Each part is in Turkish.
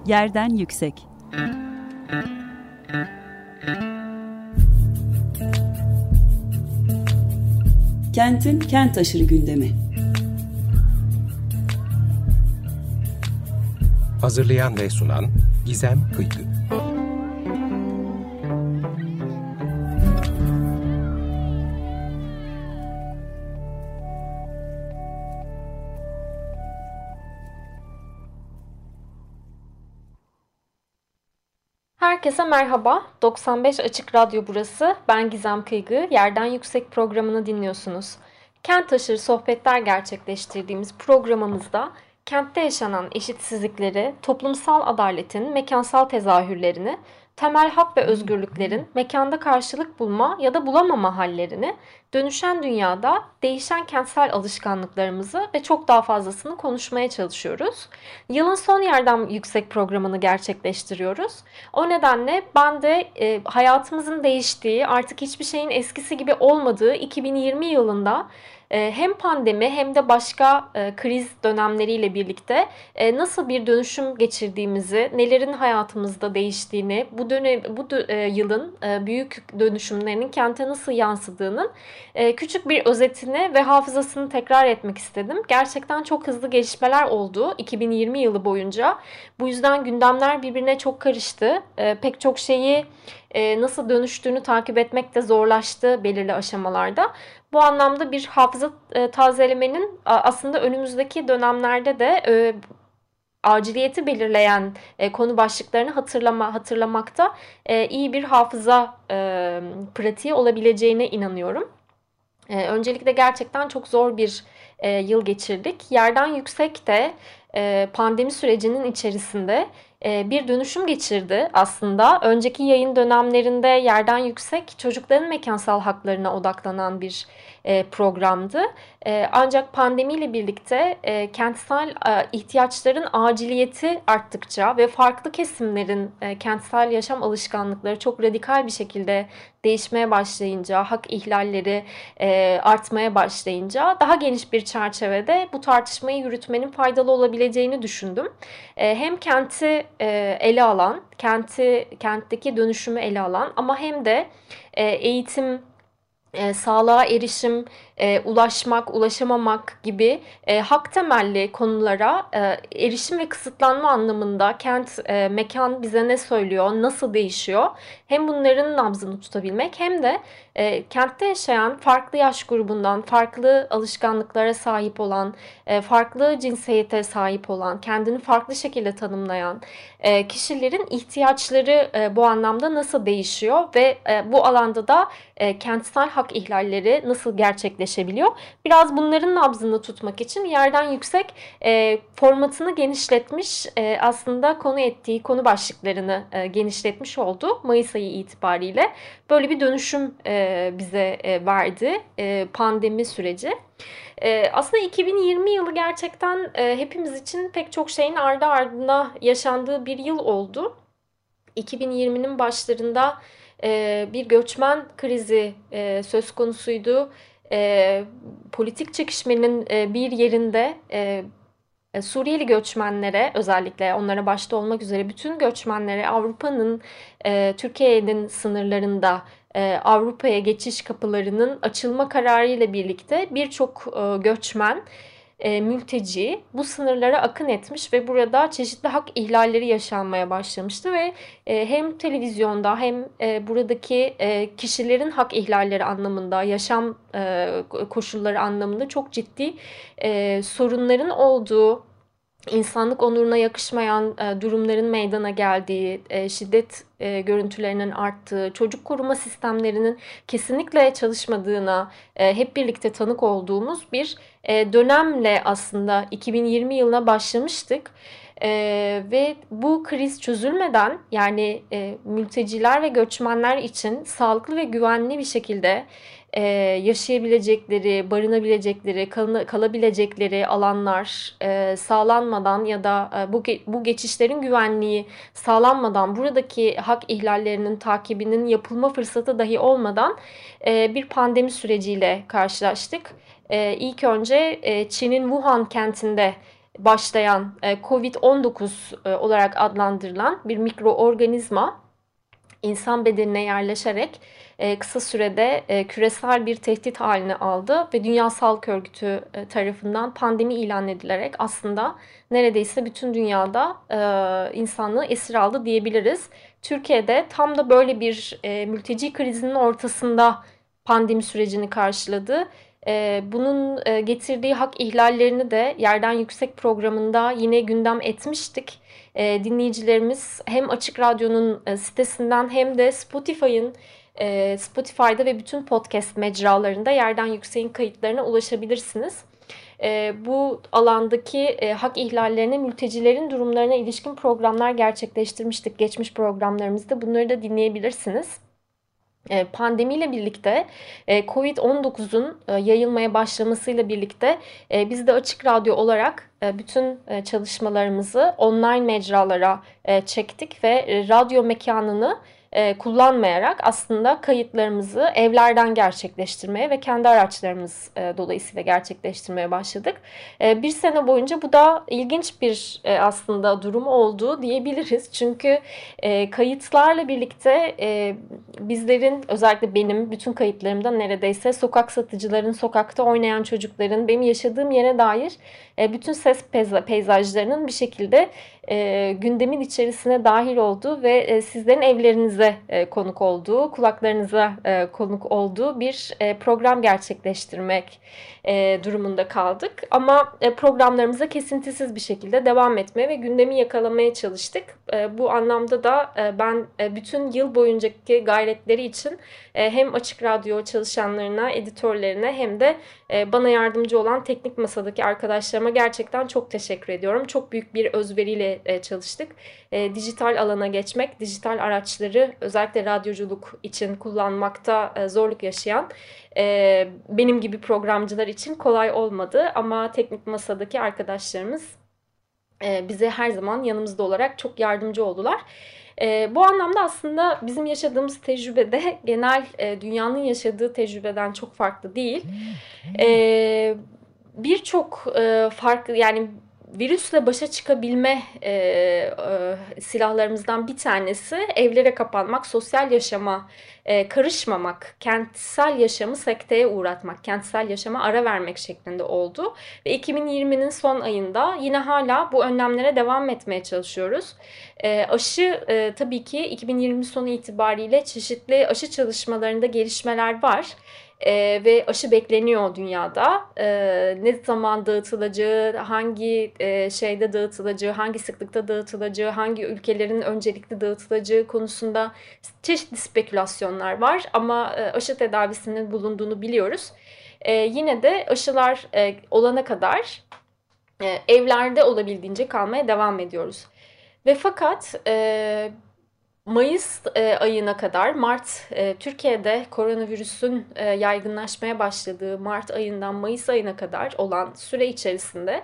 Yerden yüksek. Kentin kent aşırı gündemi. Hazırlayan ve sunan Gizem Kıykı. Herkese merhaba. 95 Açık Radyo burası. Ben Gizem Kıygı. Yerden Yüksek programını dinliyorsunuz. Kent aşırı sohbetler gerçekleştirdiğimiz programımızda kentte yaşanan eşitsizlikleri, toplumsal adaletin mekansal tezahürlerini, temel hak ve özgürlüklerin mekanda karşılık bulma ya da bulamama hallerini, dönüşen dünyada değişen kentsel alışkanlıklarımızı ve çok daha fazlasını konuşmaya çalışıyoruz. Yılın son Yerden Yüksek programını gerçekleştiriyoruz. O nedenle ben de hayatımızın değiştiği, artık hiçbir şeyin eskisi gibi olmadığı 2020 yılında hem pandemi hem de başka kriz dönemleriyle birlikte nasıl bir dönüşüm geçirdiğimizi, nelerin hayatımızda değiştiğini, bu yılın büyük dönüşümlerinin kente nasıl yansıdığının küçük bir özetini ve hafızasını tekrar etmek istedim. Gerçekten çok hızlı gelişmeler oldu 2020 yılı boyunca. Bu yüzden gündemler birbirine çok karıştı. Pek çok şeyi nasıl dönüştüğünü takip etmek de zorlaştı belirli aşamalarda. Bu anlamda bir hafıza tazelemenin aslında önümüzdeki dönemlerde de aciliyeti belirleyen konu başlıklarını hatırlamakta iyi bir hafıza pratiği olabileceğine inanıyorum. Öncelikle gerçekten çok zor bir yıl geçirdik. Yerden Yüksek de pandemi sürecinin içerisinde bir dönüşüm geçirdi aslında. Önceki yayın dönemlerinde Yerden Yüksek çocukların mekansal haklarına odaklanan bir programdı. Ancak pandemiyle birlikte kentsel ihtiyaçların aciliyeti arttıkça ve farklı kesimlerin kentsel yaşam alışkanlıkları çok radikal bir şekilde değişmeye başlayınca, hak ihlalleri artmaya başlayınca daha geniş bir çerçevede bu tartışmayı yürütmenin faydalı olabileceğini düşündüm. Hem kenti ele alan, kentteki dönüşümü ele alan ama hem de eğitim, sağlığa erişim, ulaşmak, ulaşamamak gibi hak temelli konulara erişim ve kısıtlanma anlamında mekan bize ne söylüyor, nasıl değişiyor? Hem bunların nabzını tutabilmek hem de kentte yaşayan farklı yaş grubundan, farklı alışkanlıklara sahip olan, farklı cinsiyete sahip olan, kendini farklı şekilde tanımlayan kişilerin ihtiyaçları bu anlamda nasıl değişiyor ve bu alanda da kentsel hak ihlalleri nasıl gerçekleşebiliyor? Biraz bunların nabzını tutmak için Yerden Yüksek formatını genişletmiş, aslında konu başlıklarını genişletmiş oldu Mayıs ayı itibariyle. Böyle bir dönüşüm bize verdi pandemi süreci. Aslında 2020 yılı gerçekten hepimiz için pek çok şeyin ardı ardına yaşandığı bir yıl oldu. 2020'nin başlarında bir göçmen krizi söz konusuydu. Politik çekişmenin bir yerinde Suriyeli göçmenlere, özellikle onlara başta olmak üzere bütün göçmenlere Avrupa'nın, Türkiye'nin sınırlarında Avrupa'ya geçiş kapılarının açılma kararıyla birlikte birçok göçmen, mülteci bu sınırlara akın etmiş ve burada çeşitli hak ihlalleri yaşanmaya başlamıştı ve hem televizyonda hem buradaki kişilerin hak ihlalleri anlamında, yaşam koşulları anlamında çok ciddi sorunların olduğu, insanlık onuruna yakışmayan durumların meydana geldiği, şiddet görüntülerinin arttığı, çocuk koruma sistemlerinin kesinlikle çalışmadığına hep birlikte tanık olduğumuz bir dönemle aslında 2020 yılına başlamıştık. Ve bu kriz çözülmeden, yani mülteciler ve göçmenler için sağlıklı ve güvenli bir şekilde yaşayabilecekleri, barınabilecekleri, kalabilecekleri alanlar sağlanmadan ya da bu geçişlerin güvenliği sağlanmadan, buradaki hak ihlallerinin takibinin yapılma fırsatı dahi olmadan bir pandemi süreciyle karşılaştık. İlk önce Çin'in Wuhan kentinde başlayan COVID-19 olarak adlandırılan bir mikroorganizma insan bedenine yerleşerek kısa sürede küresel bir tehdit haline aldı ve Dünya Sağlık Örgütü tarafından pandemi ilan edilerek aslında neredeyse bütün dünyada insanlığı esir aldı diyebiliriz. Türkiye'de tam da böyle bir mülteci krizinin ortasında pandemi sürecini karşıladı. Bunun getirdiği hak ihlallerini de Yerden Yüksek programında yine gündem etmiştik. Dinleyicilerimiz hem Açık Radyo'nun sitesinden hem de Spotify'da ve bütün podcast mecralarında Yerden Yüksek'in kayıtlarına ulaşabilirsiniz. Bu alandaki hak ihlallerine, mültecilerin durumlarına ilişkin programlar gerçekleştirmiştik geçmiş programlarımızda. Bunları da dinleyebilirsiniz. Pandemiyle birlikte COVID-19'un yayılmaya başlamasıyla birlikte biz de Açık Radyo olarak bütün çalışmalarımızı online mecralara çektik ve radyo mekanını kullanmayarak aslında kayıtlarımızı evlerden gerçekleştirmeye ve kendi araçlarımız dolayısıyla gerçekleştirmeye başladık. Bir sene boyunca bu da ilginç bir aslında durum oldu diyebiliriz. Çünkü kayıtlarla birlikte bizlerin, özellikle benim bütün kayıtlarımda neredeyse sokak satıcıların, sokakta oynayan çocukların, benim yaşadığım yere dair bütün ses peyzajlarının bir şekilde gündemin içerisine dahil olduğu ve sizlerin evlerinize konuk olduğu, kulaklarınıza konuk olduğu bir program gerçekleştirmek durumunda kaldık. Ama programlarımıza kesintisiz bir şekilde devam etmeye ve gündemi yakalamaya çalıştık. Bu anlamda da ben bütün yıl boyuncaki gayretleri için hem Açık Radyo çalışanlarına, editörlerine hem de bana yardımcı olan teknik masadaki arkadaşlarıma gerçekten çok teşekkür ediyorum. Çok büyük bir özveriyle çalıştık. Dijital alana geçmek, dijital araçları özellikle radyoculuk için kullanmakta zorluk yaşayan benim gibi programcılar için kolay olmadı. Ama teknik masadaki arkadaşlarımız bize her zaman yanımızda olarak çok yardımcı oldular. Bu anlamda aslında bizim yaşadığımız tecrübede genel dünyanın yaşadığı tecrübeden çok farklı değil. Birçok farklı, yani virüsle başa çıkabilme silahlarımızdan bir tanesi evlere kapanmak, sosyal yaşama karışmamak, kentsel yaşamı sekteye uğratmak, kentsel yaşama ara vermek şeklinde oldu. Ve 2020'nin son ayında yine hala bu önlemlere devam etmeye çalışıyoruz. Aşı tabii ki 2020 sonu itibariyle çeşitli aşı çalışmalarında gelişmeler var. Ve aşı bekleniyor dünyada. Ne zaman dağıtılacağı, hangi şeyde dağıtılacağı, hangi sıklıkta dağıtılacağı, hangi ülkelerin öncelikli dağıtılacağı konusunda çeşitli spekülasyonlar var. Ama aşı tedavisinin bulunduğunu biliyoruz. Yine de aşılar olana kadar evlerde olabildiğince kalmaya devam ediyoruz. Ve fakat Mayıs ayına kadar, Türkiye'de koronavirüsün yaygınlaşmaya başladığı Mart ayından Mayıs ayına kadar olan süre içerisinde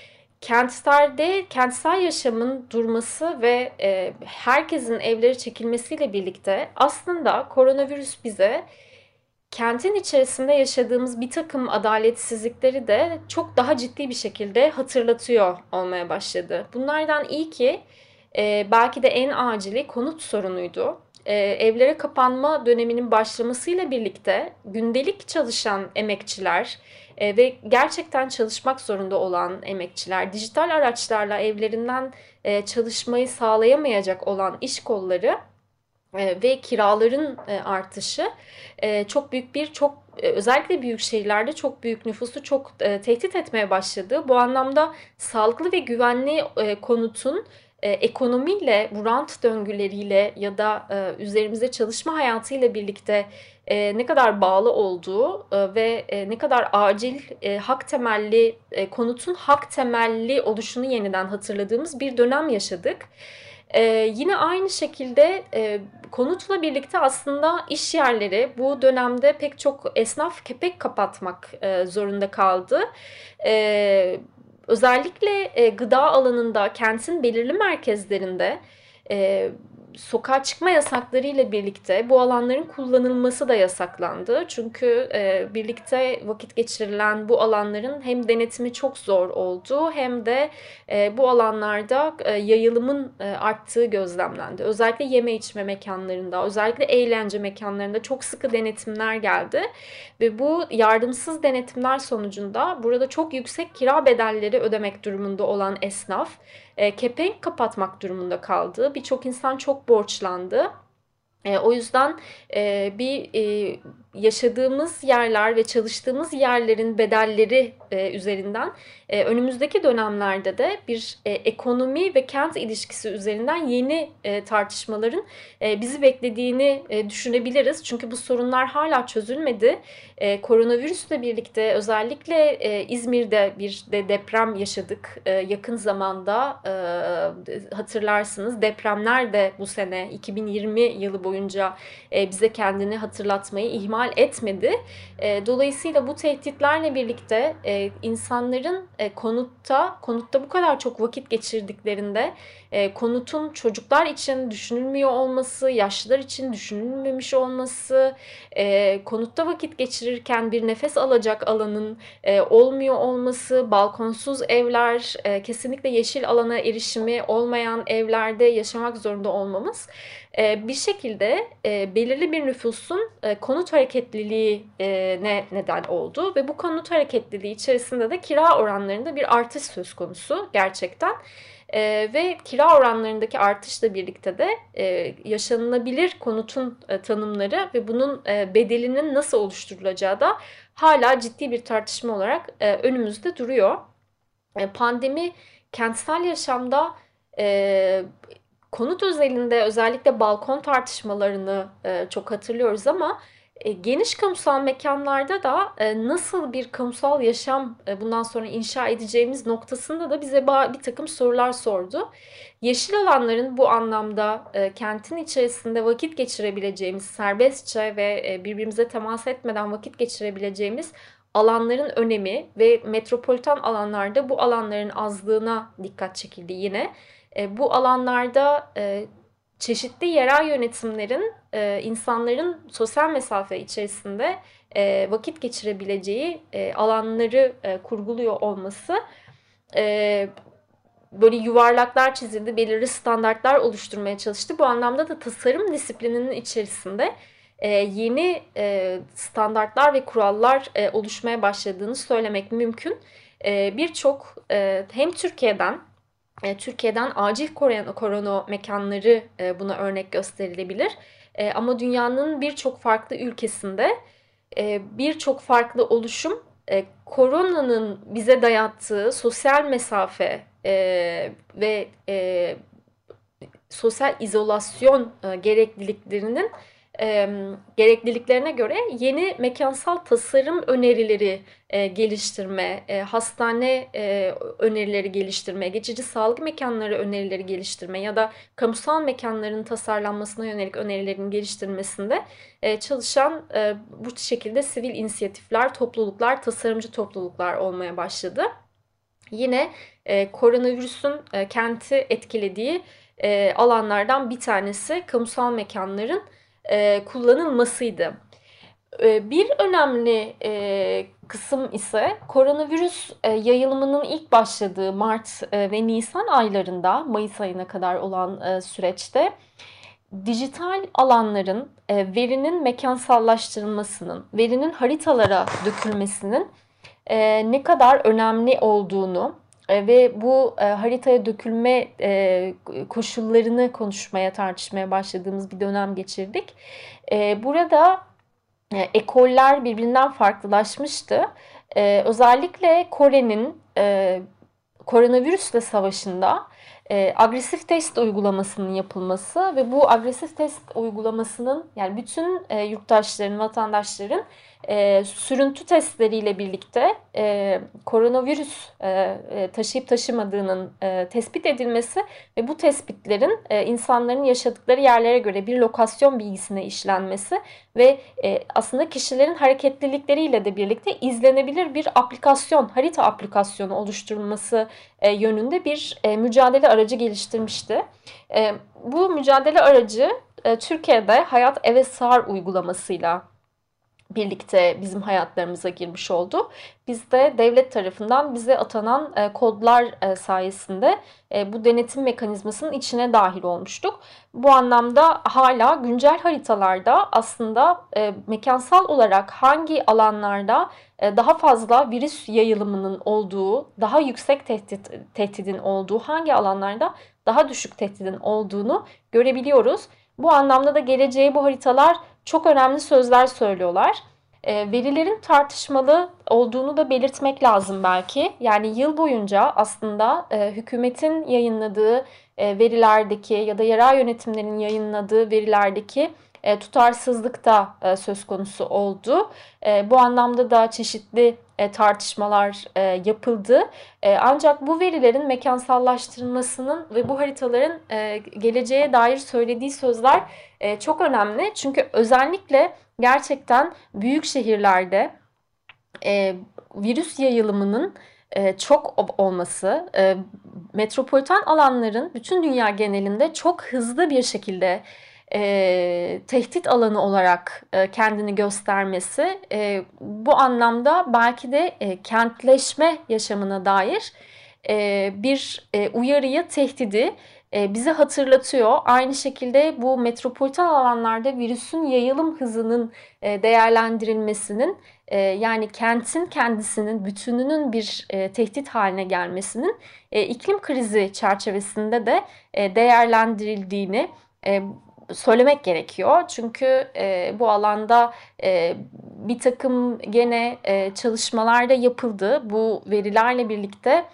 kentsel yaşamın durması ve herkesin evleri çekilmesiyle birlikte aslında koronavirüs bize kentin içerisinde yaşadığımız bir takım adaletsizlikleri de çok daha ciddi bir şekilde hatırlatıyor olmaya başladı. Bunlardan ilki belki de en acili konut sorunuydu. Evlere kapanma döneminin başlamasıyla birlikte gündelik çalışan emekçiler ve gerçekten çalışmak zorunda olan emekçiler, dijital araçlarla evlerinden çalışmayı sağlayamayacak olan iş kolları ve kiraların artışı çok büyük özellikle büyük şehirlerde çok büyük nüfusu çok tehdit etmeye başladı. Bu anlamda sağlıklı ve güvenli konutun ekonomiyle, bu rant döngüleriyle ya da üzerimizde çalışma hayatıyla birlikte ne kadar bağlı olduğu ve ne kadar acil hak temelli konutun hak temelli oluşunu yeniden hatırladığımız bir dönem yaşadık. Yine aynı şekilde konutla birlikte aslında iş yerleri bu dönemde pek çok esnaf kepek kapatmak zorunda kaldı. Özellikle gıda alanında, kentin belirli merkezlerinde sokağa çıkma yasakları ile birlikte bu alanların kullanılması da yasaklandı. Çünkü birlikte vakit geçirilen bu alanların hem denetimi çok zor oldu hem de bu alanlarda yayılımın arttığı gözlemlendi. Özellikle yeme içme mekanlarında, özellikle eğlence mekanlarında çok sıkı denetimler geldi. Ve bu yardımsız denetimler sonucunda burada çok yüksek kira bedelleri ödemek durumunda olan esnaf kepenk kapatmak durumunda kaldı. Birçok insan çok borçlandı. O yüzden yaşadığımız yerler ve çalıştığımız yerlerin bedelleri üzerinden önümüzdeki dönemlerde de bir ekonomi ve kent ilişkisi üzerinden yeni tartışmaların bizi beklediğini düşünebiliriz. Çünkü bu sorunlar hala çözülmedi. Koronavirüsle birlikte özellikle İzmir'de bir de deprem yaşadık. Yakın zamanda hatırlarsınız, depremler de bu sene 2020 yılı boyunca bize kendini hatırlatmayı ihmal etmedi. Dolayısıyla bu tehditlerle birlikte insanların konutta bu kadar çok vakit geçirdiklerinde konutun çocuklar için düşünülmüyor olması, yaşlılar için düşünülmemiş olması, konutta vakit geçirirken bir nefes alacak alanın olmuyor olması, balkonsuz evler, kesinlikle yeşil alana erişimi olmayan evlerde yaşamak zorunda olmamız bir şekilde belirli bir nüfusun konut hareketliliğine neden oldu ve bu konut hareketliliği içerisinde de kira oranlarında bir artış söz konusu gerçekten. Ve kira oranlarındaki artışla birlikte de yaşanılabilir konutun tanımları ve bunun bedelinin nasıl oluşturulacağı da hala ciddi bir tartışma olarak önümüzde duruyor. Pandemi kentsel yaşamda konut özelinde özellikle balkon tartışmalarını çok hatırlıyoruz ama geniş kamusal mekanlarda da nasıl bir kamusal yaşam bundan sonra inşa edeceğimiz noktasında da bize bir takım sorular sordu. Yeşil alanların bu anlamda kentin içerisinde vakit geçirebileceğimiz, serbestçe ve birbirimize temas etmeden vakit geçirebileceğimiz alanların önemi ve metropolitan alanlarda bu alanların azlığına dikkat çekildi yine. Bu alanlarda çeşitli yerel yönetimlerin insanların sosyal mesafe içerisinde vakit geçirebileceği alanları kurguluyor olması, böyle yuvarlaklar çizildi, belirli standartlar oluşturmaya çalıştı. Bu anlamda da tasarım disiplininin içerisinde yeni standartlar ve kurallar oluşmaya başladığını söylemek mümkün. Birçok hem Türkiye'den acil korona mekanları buna örnek gösterilebilir. Ama dünyanın birçok farklı ülkesinde birçok farklı oluşum koronanın bize dayattığı sosyal mesafe ve sosyal izolasyon gerekliliklerine göre yeni mekansal tasarım önerileri geliştirme, hastane önerileri geliştirme, geçici sağlık mekanları önerileri geliştirme ya da kamusal mekanların tasarlanmasına yönelik önerilerin geliştirilmesinde çalışan bu şekilde sivil inisiyatifler, topluluklar, tasarımcı topluluklar olmaya başladı. Yine koronavirüsün kenti etkilediği alanlardan bir tanesi kamusal mekanların kullanılmasıydı. Bir önemli kısım ise koronavirüs yayılımının ilk başladığı Mart ve Nisan aylarında, Mayıs ayına kadar olan süreçte dijital alanların verinin mekansallaştırılmasının, verinin haritalara dökülmesinin ne kadar önemli olduğunu ve bu haritaya dökülme koşullarını konuşmaya, tartışmaya başladığımız bir dönem geçirdik. Burada ekoller birbirinden farklılaşmıştı. Özellikle Kore'nin koronavirüsle savaşında agresif test uygulamasının yapılması ve bu agresif test uygulamasının, yani bütün yurttaşların, vatandaşların sürüntü testleriyle birlikte koronavirüs taşıyıp taşımadığının tespit edilmesi ve bu tespitlerin insanların yaşadıkları yerlere göre bir lokasyon bilgisine işlenmesi ve aslında kişilerin hareketlilikleriyle de birlikte izlenebilir bir aplikasyon, harita aplikasyonu oluşturulması yönünde bir mücadele aracı geliştirmişti. Bu mücadele aracı Türkiye'de Hayat Eve Sığar uygulamasıyla birlikte bizim hayatlarımıza girmiş oldu. Biz de devlet tarafından bize atanan kodlar sayesinde bu denetim mekanizmasının içine dahil olmuştuk. Bu anlamda hala güncel haritalarda aslında mekansal olarak hangi alanlarda daha fazla virüs yayılımının olduğu, daha yüksek tehdidin olduğu, hangi alanlarda daha düşük tehdidin olduğunu görebiliyoruz. Bu anlamda da geleceğe bu haritalar çok önemli sözler söylüyorlar. Verilerin tartışmalı olduğunu da belirtmek lazım belki. Yani yıl boyunca aslında hükümetin yayınladığı verilerdeki ya da yerel yönetimlerin yayınladığı verilerdeki tutarsızlık da söz konusu oldu. Bu anlamda da çeşitli tartışmalar yapıldı. Ancak bu verilerin mekansallaştırılmasının ve bu haritaların geleceğe dair söylediği sözler çok önemli. Çünkü özellikle gerçekten büyük şehirlerde virüs yayılımının çok olması, metropolitan alanların bütün dünya genelinde çok hızlı bir şekilde tehdit alanı olarak kendini göstermesi bu anlamda belki de kentleşme yaşamına dair bir uyarıyı, tehdidi bize hatırlatıyor. Aynı şekilde bu metropolitan alanlarda virüsün yayılım hızının değerlendirilmesinin yani kentin kendisinin bütününün bir tehdit haline gelmesinin iklim krizi çerçevesinde de değerlendirildiğini söylemek gerekiyor. Çünkü bu alanda bir takım gene çalışmalar da yapıldı. Bu verilerle birlikte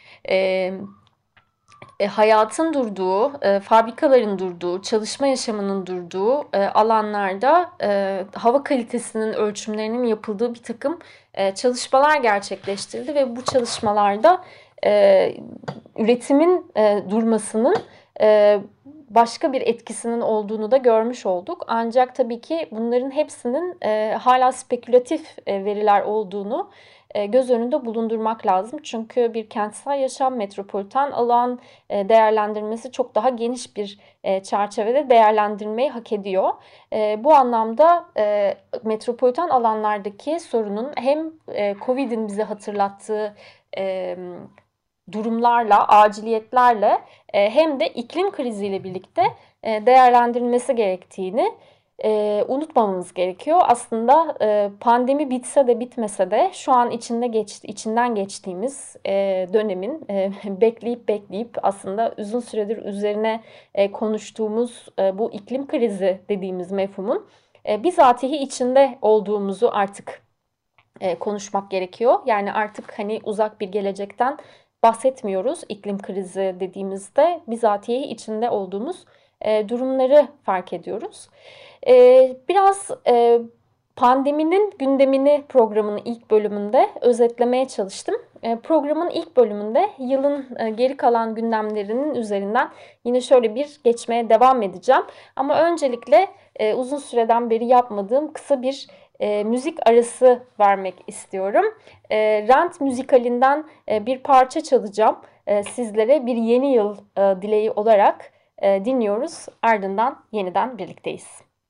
hayatın durduğu, fabrikaların durduğu, çalışma yaşamının durduğu alanlarda hava kalitesinin ölçümlerinin yapıldığı bir takım çalışmalar gerçekleştirildi ve bu çalışmalarda üretimin durmasının başka bir etkisinin olduğunu da görmüş olduk. Ancak tabii ki bunların hepsinin hala spekülatif veriler olduğunu göz önünde bulundurmak lazım. Çünkü bir kentsel yaşam, metropolitan alan değerlendirmesi çok daha geniş bir çerçevede değerlendirmeyi hak ediyor. Bu anlamda metropolitan alanlardaki sorunun hem Covid'in bize hatırlattığı durumlarla, aciliyetlerle hem de iklim kriziyle birlikte değerlendirilmesi gerektiğini unutmamamız gerekiyor. Aslında pandemi bitse de bitmese de şu an içinden geçtiğimiz dönemin bekleyip aslında uzun süredir üzerine konuştuğumuz bu iklim krizi dediğimiz mefhumun bizatihi içinde olduğumuzu artık konuşmak gerekiyor. Yani artık hani uzak bir gelecekten bahsetmiyoruz. İklim krizi dediğimizde bizatihi içinde olduğumuz durumları fark ediyoruz. Biraz pandeminin gündemini programın ilk bölümünde özetlemeye çalıştım. Programın ilk bölümünde yılın geri kalan gündemlerinin üzerinden yine şöyle bir geçmeye devam edeceğim. Ama öncelikle uzun süreden beri yapmadığım kısa bir müzik arası vermek istiyorum. Rent müzikalinden bir parça çalacağım. Sizlere bir yeni yıl dileği olarak dinliyoruz. Ardından yeniden birlikteyiz.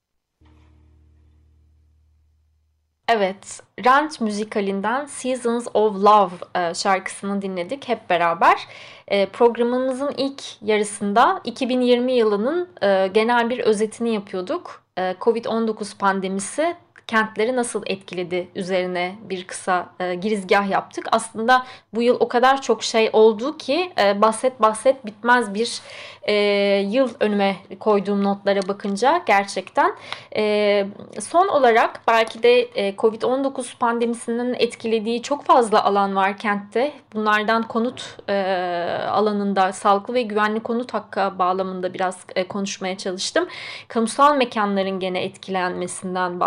Evet, Rent müzikalinden Seasons of Love şarkısını dinledik hep beraber. Programımızın ilk yarısında 2020 yılının genel bir özetini yapıyorduk. Covid-19 pandemisi kentleri nasıl etkiledi üzerine bir kısa girizgah yaptık. Aslında bu yıl o kadar çok şey oldu ki bahset bitmez bir yıl önüme koyduğum notlara bakınca gerçekten. Son olarak belki de Covid-19 pandemisinin etkilediği çok fazla alan var kentte. Bunlardan konut alanında, sağlıklı ve güvenli konut hakkı bağlamında biraz konuşmaya çalıştım. Kamusal mekanların gene etkilenmesinden bahsettim.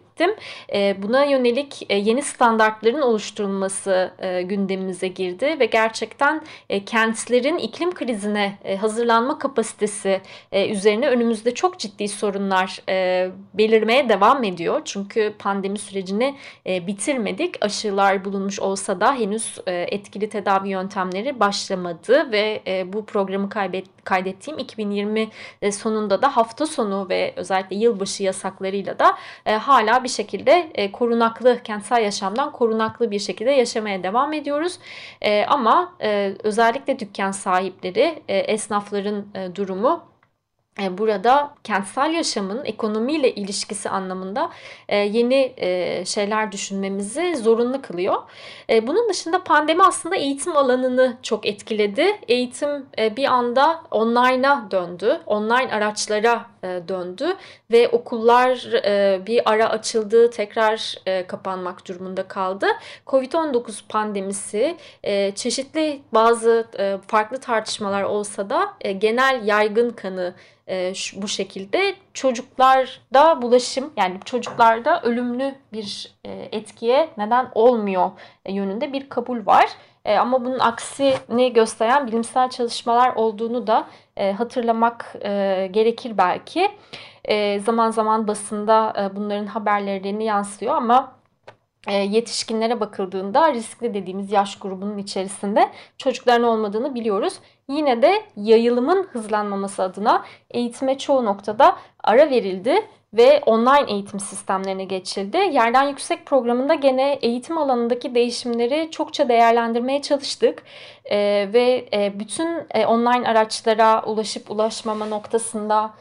ettim. Buna yönelik yeni standartların oluşturulması gündemimize girdi ve gerçekten kentlerin iklim krizine hazırlanma kapasitesi üzerine önümüzde çok ciddi sorunlar belirmeye devam ediyor. Çünkü pandemi sürecini bitirmedik. Aşılar bulunmuş olsa da henüz etkili tedavi yöntemleri başlamadı ve bu programı kaydettiğim 2020 sonunda da hafta sonu ve özellikle yılbaşı yasaklarıyla da hala bir şekilde korunaklı, kentsel yaşamdan korunaklı bir şekilde yaşamaya devam ediyoruz. Ama özellikle dükkan sahipleri, esnafların durumu burada kentsel yaşamın ekonomiyle ilişkisi anlamında yeni şeyler düşünmemizi zorunlu kılıyor. Bunun dışında pandemi aslında eğitim alanını çok etkiledi. Eğitim bir anda online'a döndü, online araçlara döndü ve okullar bir ara açıldı, tekrar kapanmak durumunda kaldı. Covid-19 pandemisi çeşitli bazı farklı tartışmalar olsa da genel yaygın kanı bu şekilde çocuklarda bulaşım, yani çocuklarda ölümlü bir etkiye neden olmuyor yönünde bir kabul var. Ama bunun aksini gösteren bilimsel çalışmalar olduğunu da hatırlamak gerekir belki. Zaman zaman basında bunların haberlerini yansıyor ama yetişkinlere bakıldığında riskli dediğimiz yaş grubunun içerisinde çocukların olmadığını biliyoruz. Yine de yayılımın hızlanmaması adına eğitime çoğu noktada ara verildi ve online eğitim sistemlerine geçildi. Yerden Yüksek programında gene eğitim alanındaki değişimleri çokça değerlendirmeye çalıştık. Ve bütün online araçlara ulaşıp ulaşmama noktasında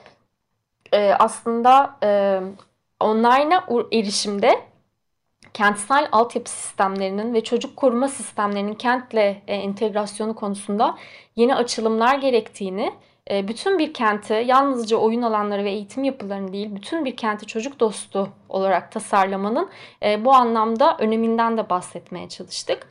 aslında online'a erişimde kentsel altyapı sistemlerinin ve çocuk koruma sistemlerinin kentle entegrasyonu konusunda yeni açılımlar gerektiğini, bütün bir kenti yalnızca oyun alanları ve eğitim yapılarını değil, bütün bir kenti çocuk dostu olarak tasarlamanın bu anlamda öneminden de bahsetmeye çalıştık.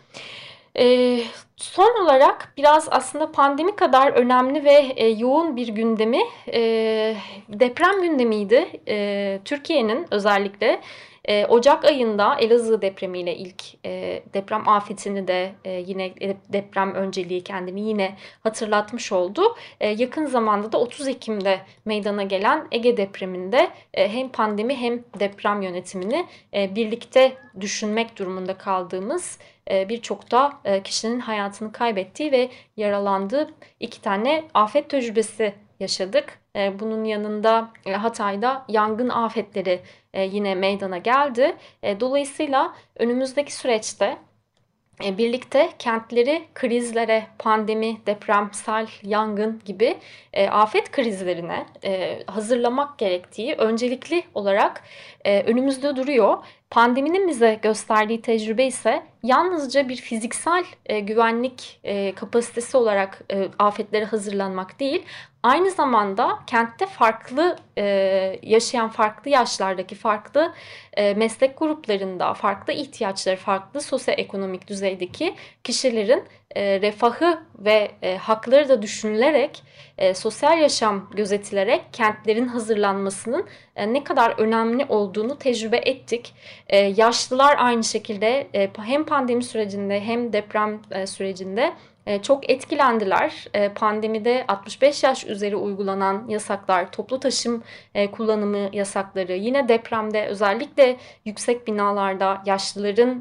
Son olarak biraz aslında pandemi kadar önemli ve yoğun bir gündemi deprem gündemiydi. Türkiye'nin özellikle Ocak ayında Elazığ depremiyle ilk deprem afetini de yine deprem önceliği kendini yine hatırlatmış oldu. Yakın zamanda da 30 Ekim'de meydana gelen Ege depreminde hem pandemi hem deprem yönetimini birlikte düşünmek durumunda kaldığımız, birçok da kişinin hayatını kaybettiği ve yaralandığı 2 tane afet tecrübesi yaşadık. Bunun yanında Hatay'da yangın afetleri yine meydana geldi. Dolayısıyla önümüzdeki süreçte birlikte kentleri krizlere, pandemi, depremsel, yangın gibi afet krizlerine hazırlamak gerektiği öncelikli olarak önümüzde duruyor. Pandeminin bize gösterdiği tecrübe ise yalnızca bir fiziksel güvenlik kapasitesi olarak afetlere hazırlanmak değil, aynı zamanda kentte farklı yaşayan, farklı yaşlardaki, farklı meslek gruplarında, farklı ihtiyaçları, farklı sosyoekonomik düzeydeki kişilerin refahı ve hakları da düşünülerek, sosyal yaşam gözetilerek kentlerin hazırlanmasının ne kadar önemli olduğunu tecrübe ettik. Yaşlılar aynı şekilde hem pandemi sürecinde hem deprem sürecinde çok etkilendiler. Pandemide 65 yaş üzeri uygulanan yasaklar, toplu taşım kullanımı yasakları, yine depremde özellikle yüksek binalarda yaşlıların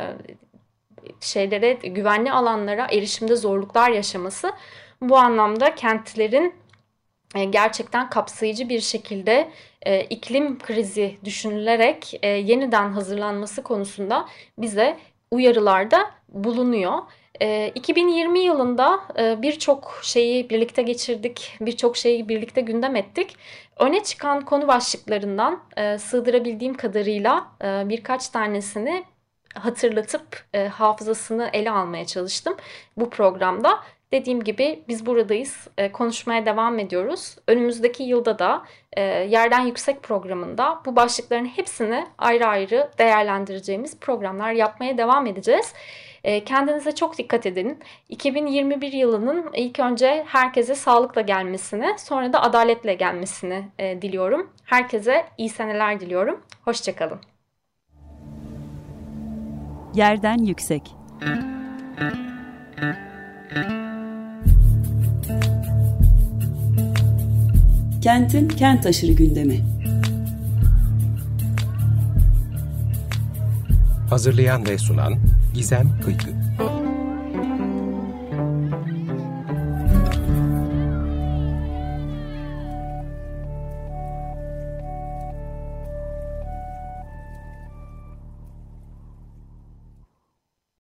güvenli alanlara erişimde zorluklar yaşaması, bu anlamda kentlerin gerçekten kapsayıcı bir şekilde iklim krizi düşünülerek yeniden hazırlanması konusunda bize uyarılarda bulunuyor. 2020 yılında birçok şeyi birlikte geçirdik, birçok şeyi birlikte gündem ettik. Öne çıkan konu başlıklarından sığdırabildiğim kadarıyla birkaç tanesini hatırlatıp hafızasını ele almaya çalıştım bu programda. Dediğim gibi biz buradayız, konuşmaya devam ediyoruz. Önümüzdeki yılda da Yerden Yüksek programında bu başlıkların hepsini ayrı ayrı değerlendireceğimiz programlar yapmaya devam edeceğiz. Kendinize çok dikkat edin. 2021 yılının ilk önce herkese sağlıkla gelmesini, sonra da adaletle gelmesini diliyorum. Herkese iyi seneler diliyorum. Hoşça kalın. Yerden yüksek. Kentin kent aşırı gündemi. Hazırlayan ve sunan Gizem Kıygı.